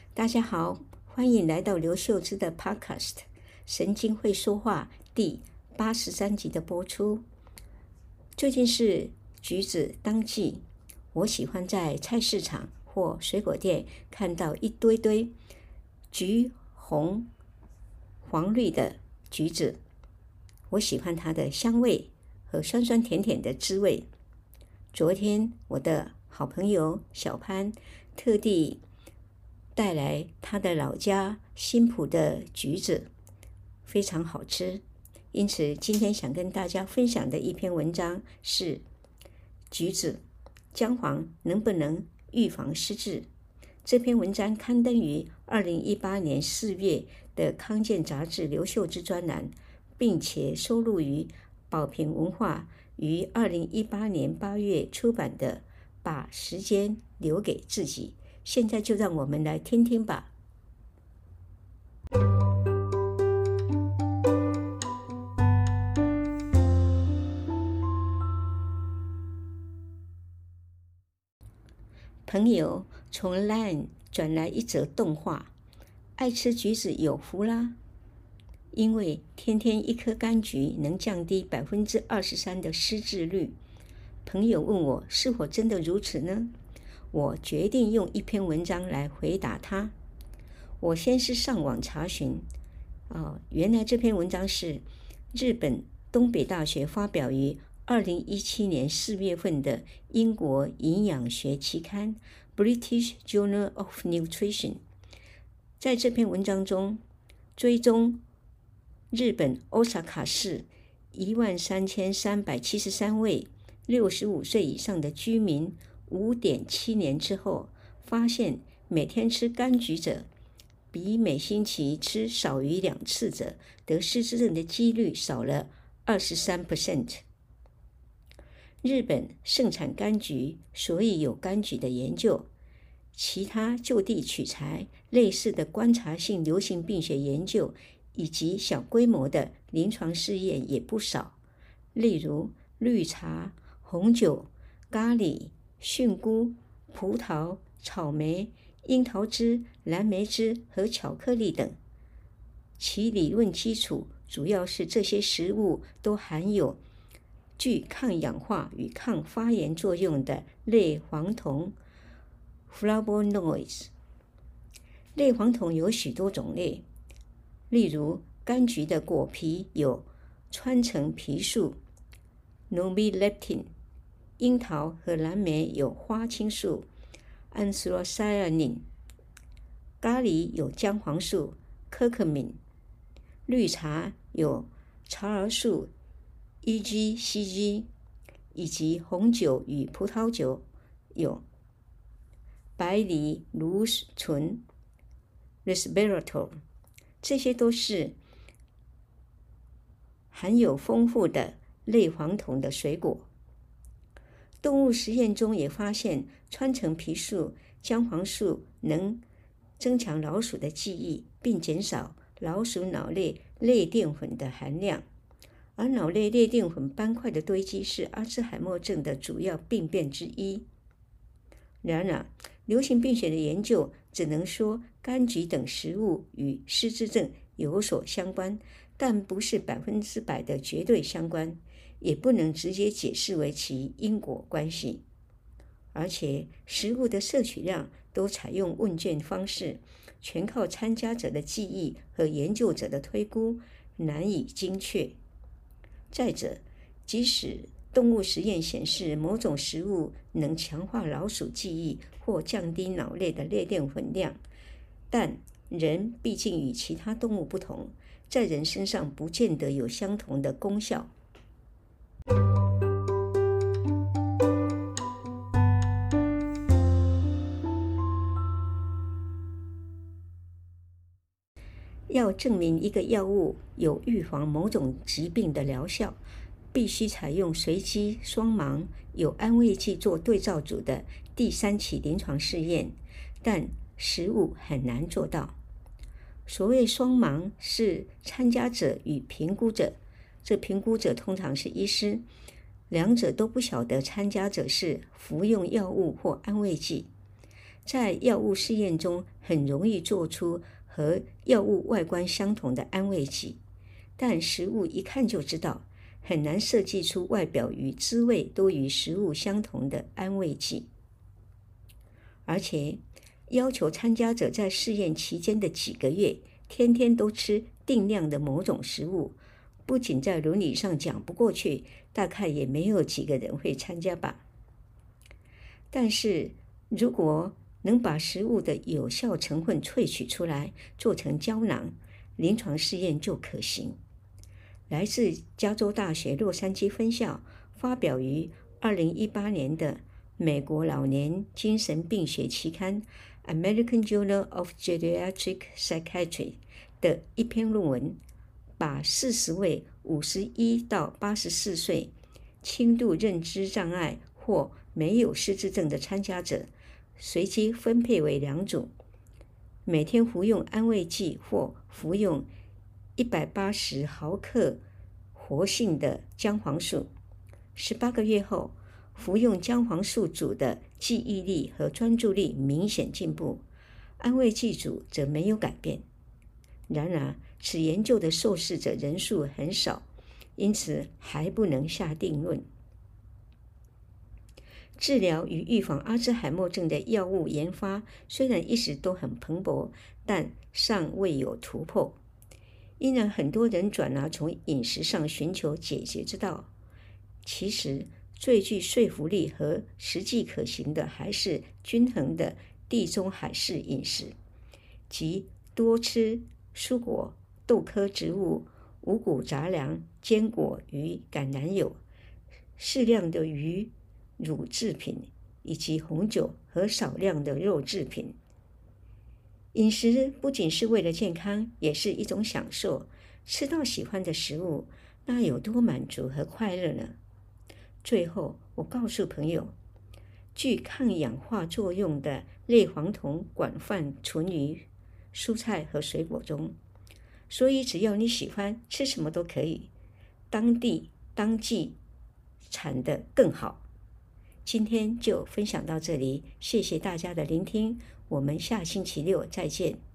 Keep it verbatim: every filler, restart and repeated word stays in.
大家好，欢迎来到刘秀芝的 Podcast 神经会说话第八十三集的播出。最近是橘子当季，我喜欢在菜市场或水果店看到一堆堆橘红黄绿的橘子，我喜欢它的香味和酸酸甜甜的滋味。昨天我的好朋友小潘特地带来他的老家新埔的橘子，非常好吃。因此今天想跟大家分享的一篇文章是橘子姜黄能不能预防失智。这篇文章刊登于二零一八年四月的康健杂志刘秀芝专栏，并且收录于宝瓶文化于二零一八年八月出版的《把时间留给自己》。现在就让我们来听听吧。朋友从 Line 转来一则动画，爱吃橘子有福啦！因为天天一颗柑橘能降低百分之二十三的失智率。朋友问我是否真的如此呢？我决定用一篇文章来回答他。我先是上网查询，哦，原来这篇文章是日本东北大学发表于二零一七年四月份的英国营养学期刊 British Journal of Nutrition。在这篇文章中，追踪日本 Osaka 市一万三千三百七十三位六十五岁以上的居民五点七年之后，发现每天吃柑橘者比每星期吃少于两次者得失智症的几率少了 百分之二十三。 日本盛产柑橘，所以有柑橘的研究。其他就地取材类似的观察性流行病学研究以及小规模的临床试验也不少，例如绿茶、红酒、咖喱、菌菇、葡萄、草莓、樱桃汁、蓝莓汁和巧克力等。其理论基础主要是这些食物都含有具抗氧化与抗发炎作用的类黄酮 flavonoids。 类黄酮有许多种类，例如柑橘的果皮有川橙皮素 normeleptin， 樱桃和蓝莓有花青素 anthocyanin， 咖喱有姜黄素 curcumin， 绿茶有茶儿素 E G C G， 以及红酒与葡萄酒有白藜芦醇 resveratrol。 这些都是含有丰富的类黄酮的水果。动物实验中也发现川橙皮素、姜黄素能增强老鼠的记忆，并减少老鼠脑内类淀粉的含量，而脑内类淀粉斑块的堆积是阿兹海默症的主要病变之一。然而，流行病学的研究只能说柑橘等食物与失智症有所相关，但不是百分之百的绝对相关，也不能直接解释为其因果关系。而且食物的摄取量都采用问卷方式，全靠参加者的记忆和研究者的推估，难以精确。再者，即使动物实验显示某种食物能强化老鼠记忆或降低脑内的类淀粉量，但人毕竟与其他动物不同，在人身上不见得有相同的功效。要证明一个药物有预防某种疾病的疗效，必须采用随机双盲有安慰剂做对照组的第三期临床试验，但实务很难做到。所谓双盲是参加者与评估者，这评估者通常是医师，两者都不晓得参加者是服用药物或安慰剂。 在药物试验中很容易做出和药物外观相同的安慰剂，但食物一看就知道，很难设计出外表与滋味都与食物相同的安慰剂。而且要求参加者在试验期间的几个月天天都吃定量的某种食物，不仅在伦理上讲不过去，大概也没有几个人会参加吧。但是如果能把食物的有效成分萃取出来做成胶囊，临床试验就可行。来自加州大学洛杉矶分校发表于二零一八年的美国老年精神病学期刊 American Journal of Geriatric Psychiatry 的一篇论文，把四十位五十一到八十四岁轻度认知障碍或没有失智症的参加者随机分配为两组，每天服用安慰剂或服用一百八十毫克活性的姜黄素。十八个月后，服用姜黄素组的记忆力和专注力明显进步，安慰剂组则没有改变。然而，此研究的受试者人数很少，因此还不能下定论。治疗与预防阿兹海默症的药物研发虽然一直都很蓬勃，但尚未有突破。因而很多人转而从饮食上寻求解决之道。其实最具说服力和实际可行的还是均衡的地中海式饮食，即多吃蔬果、豆科植物、五谷杂粮、坚果与橄榄油，适量的鱼、乳制品以及红酒和少量的肉制品。饮食不仅是为了健康，也是一种享受。吃到喜欢的食物，那有多满足和快乐呢？最后，我告诉朋友，具抗氧化作用的类黄酮广泛存于蔬菜和水果中，所以只要你喜欢，吃什么都可以，当地当季产的更好。今天就分享到这里，谢谢大家的聆听，我们下星期六再见。